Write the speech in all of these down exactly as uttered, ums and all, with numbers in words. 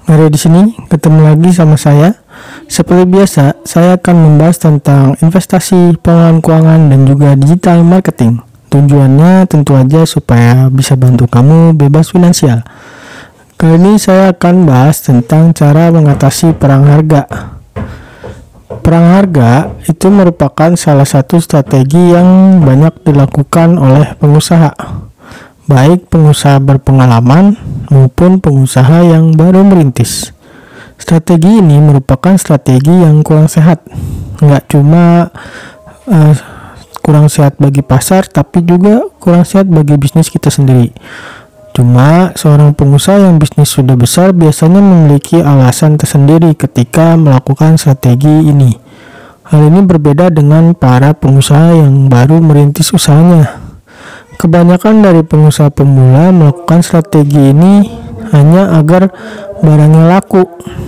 Mari di sini ketemu lagi sama saya. Seperti biasa, saya akan membahas tentang investasi, pengelolaan keuangan, dan juga digital marketing. Tujuannya tentu aja supaya bisa bantu kamu bebas finansial. Kali ini saya akan bahas tentang cara mengatasi perang harga. Perang harga itu merupakan salah satu strategi yang banyak dilakukan oleh pengusaha, baik pengusaha berpengalaman maupun pengusaha yang baru merintis. Strategi ini merupakan strategi yang kurang sehat, nggak cuma uh, kurang sehat bagi pasar, tapi juga kurang sehat bagi bisnis kita sendiri. Cuma seorang pengusaha yang bisnis sudah besar biasanya memiliki alasan tersendiri ketika melakukan strategi ini. Hal ini berbeda dengan para pengusaha yang baru merintis usahanya. Kebanyakan dari pengusaha pemula melakukan strategi ini hanya agar barangnya laku.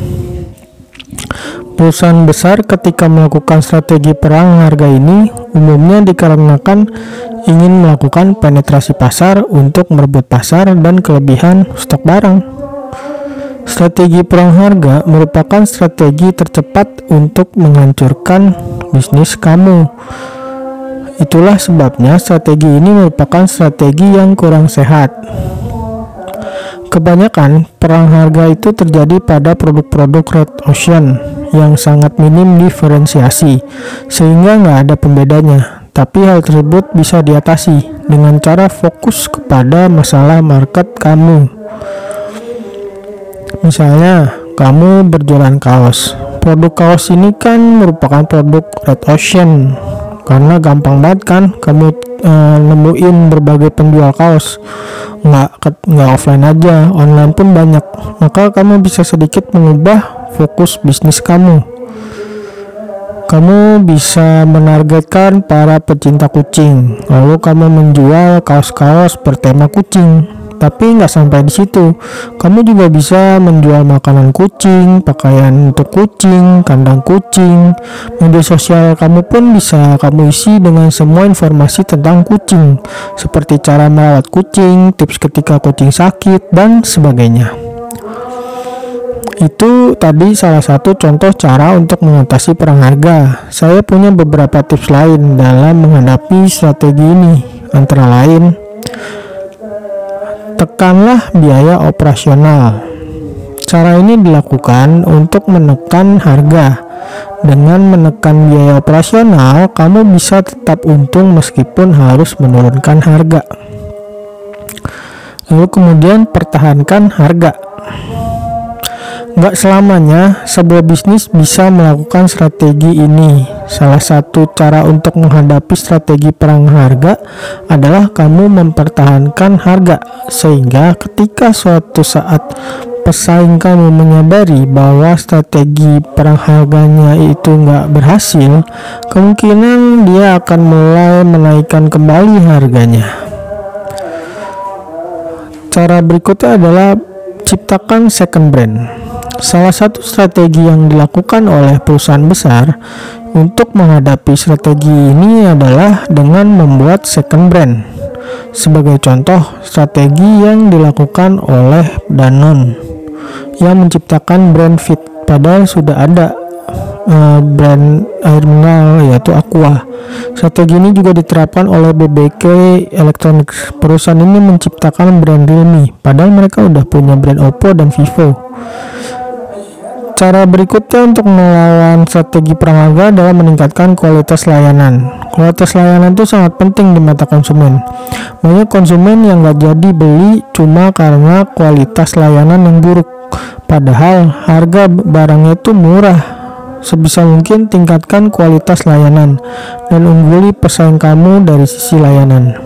Perusahaan besar ketika melakukan strategi perang harga ini umumnya dikarenakan ingin melakukan penetrasi pasar untuk merebut pasar dan kelebihan stok barang. Strategi perang harga merupakan strategi tercepat untuk menghancurkan bisnis kamu. Itulah sebabnya strategi ini merupakan strategi yang kurang sehat. Kebanyakan perang harga itu terjadi pada produk-produk red ocean yang sangat minim diferensiasi, sehingga nggak ada pembedanya. Tapi hal tersebut bisa diatasi dengan cara fokus kepada masalah market kamu. Misalnya, kamu berjualan kaos. Produk kaos ini kan merupakan produk red ocean, karena gampang banget kan kamu e, nemuin berbagai penjual kaos, nggak nggak offline aja, online pun banyak. Maka kamu bisa sedikit mengubah fokus bisnis kamu. Kamu bisa menargetkan para pecinta kucing, lalu kamu menjual kaos-kaos bertema kucing. Tapi nggak sampai di situ, kamu juga bisa menjual makanan kucing, pakaian untuk kucing, kandang kucing. Media sosial kamu pun bisa kamu isi dengan semua informasi tentang kucing, seperti cara merawat kucing, tips ketika kucing sakit, dan sebagainya. Itu tadi salah satu contoh cara untuk mengatasi perang harga. Saya punya beberapa tips lain dalam menghadapi strategi ini, antara lain tekanlah biaya operasional. Cara ini dilakukan untuk menekan harga. Dengan menekan biaya operasional, kamu bisa tetap untung meskipun harus menurunkan harga. Lalu kemudian pertahankan harga. Gak selamanya sebuah bisnis bisa melakukan strategi ini. Salah satu cara untuk menghadapi strategi perang harga adalah kamu mempertahankan harga, sehingga ketika suatu saat pesaing kamu menyadari bahwa strategi perang harganya itu gak berhasil, kemungkinan dia akan mulai menaikkan kembali harganya. Cara berikutnya adalah ciptakan second brand. Salah satu strategi yang dilakukan oleh perusahaan besar untuk menghadapi strategi ini adalah dengan membuat second brand. Sebagai contoh, strategi yang dilakukan oleh Danone yang menciptakan brand Fit, padahal sudah ada uh, brand air mineral yaitu Aqua. Strategi ini juga diterapkan oleh B B K Electronics. Perusahaan ini menciptakan brand Realme, padahal mereka udah punya brand Oppo dan Vivo. Cara berikutnya untuk melawan strategi perang harga adalah meningkatkan kualitas layanan. Kualitas layanan itu sangat penting di mata konsumen. Banyak konsumen yang gak jadi beli cuma karena kualitas layanan yang buruk. Padahal harga barangnya itu murah. Sebisa mungkin tingkatkan kualitas layanan dan ungguli pesaing kamu dari sisi layanan.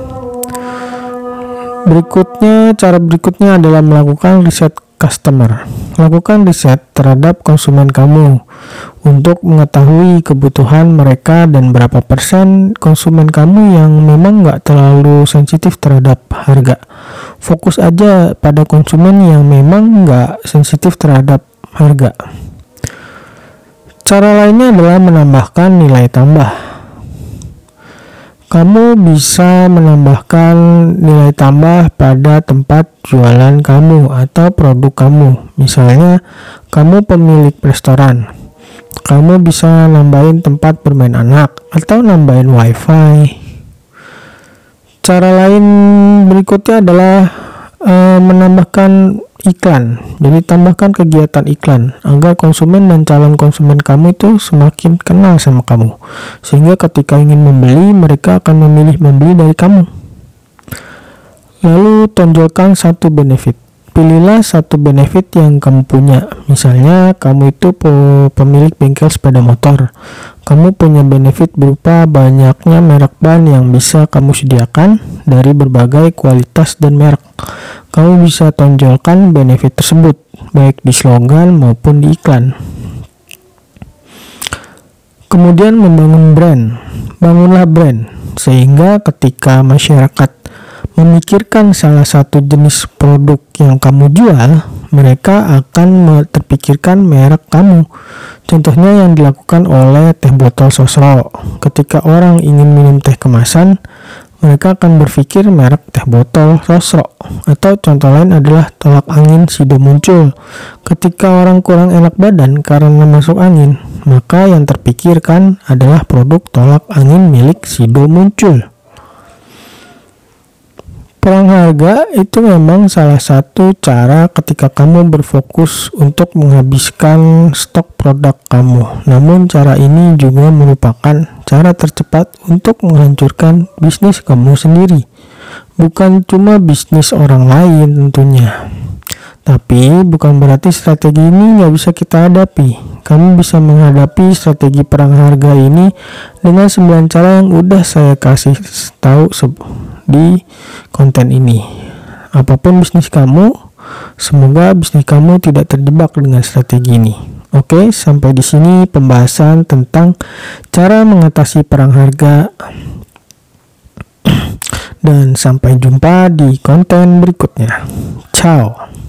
Berikutnya, cara berikutnya adalah melakukan riset customer. Lakukan riset terhadap konsumen kamu untuk mengetahui kebutuhan mereka dan berapa persen konsumen kamu yang memang nggak terlalu sensitif terhadap harga. Fokus aja pada konsumen yang memang nggak sensitif terhadap harga. Cara lainnya adalah menambahkan nilai tambah. Kamu bisa menambahkan nilai tambah pada tempat jualan kamu atau produk kamu. Misalnya, kamu pemilik restoran. Kamu bisa nambahin tempat bermain anak atau nambahin wifi. Cara lain berikutnya adalah uh, menambahkan iklan. Jadi tambahkan kegiatan iklan agar konsumen dan calon konsumen kamu itu semakin kenal sama kamu, sehingga ketika ingin membeli mereka akan memilih membeli dari kamu. Lalu tonjolkan satu benefit. Pilihlah satu benefit yang kamu punya. Misalnya kamu itu pemilik bengkel sepeda motor. Kamu punya benefit berupa banyaknya merek ban yang bisa kamu sediakan dari berbagai kualitas dan merek. Kamu bisa tonjolkan benefit tersebut, baik di slogan maupun di iklan. Kemudian membangun brand. Bangunlah brand, sehingga ketika masyarakat memikirkan salah satu jenis produk yang kamu jual, mereka akan terpikirkan merek kamu. Contohnya yang dilakukan oleh teh botol Sosro. Ketika orang ingin minum teh kemasan, mereka akan berpikir merek teh botol Sosro. Atau contoh lain adalah tolak angin Sido muncul. Ketika orang kurang enak badan karena masuk angin, maka yang terpikirkan adalah produk tolak angin milik Sido muncul. Perang harga itu memang salah satu cara ketika kamu berfokus untuk menghabiskan stok produk kamu. Namun cara ini juga merupakan cara tercepat untuk menghancurkan bisnis kamu sendiri. Bukan cuma bisnis orang lain tentunya. Tapi bukan berarti strategi ini nggak bisa kita hadapi. Kamu bisa menghadapi strategi perang harga ini dengan sembilan cara yang udah saya kasih tahu di konten ini. Apapun bisnis kamu, semoga bisnis kamu tidak terjebak dengan strategi ini. Oke, sampai di sini pembahasan tentang cara mengatasi perang harga. Dan sampai jumpa di konten berikutnya. Ciao.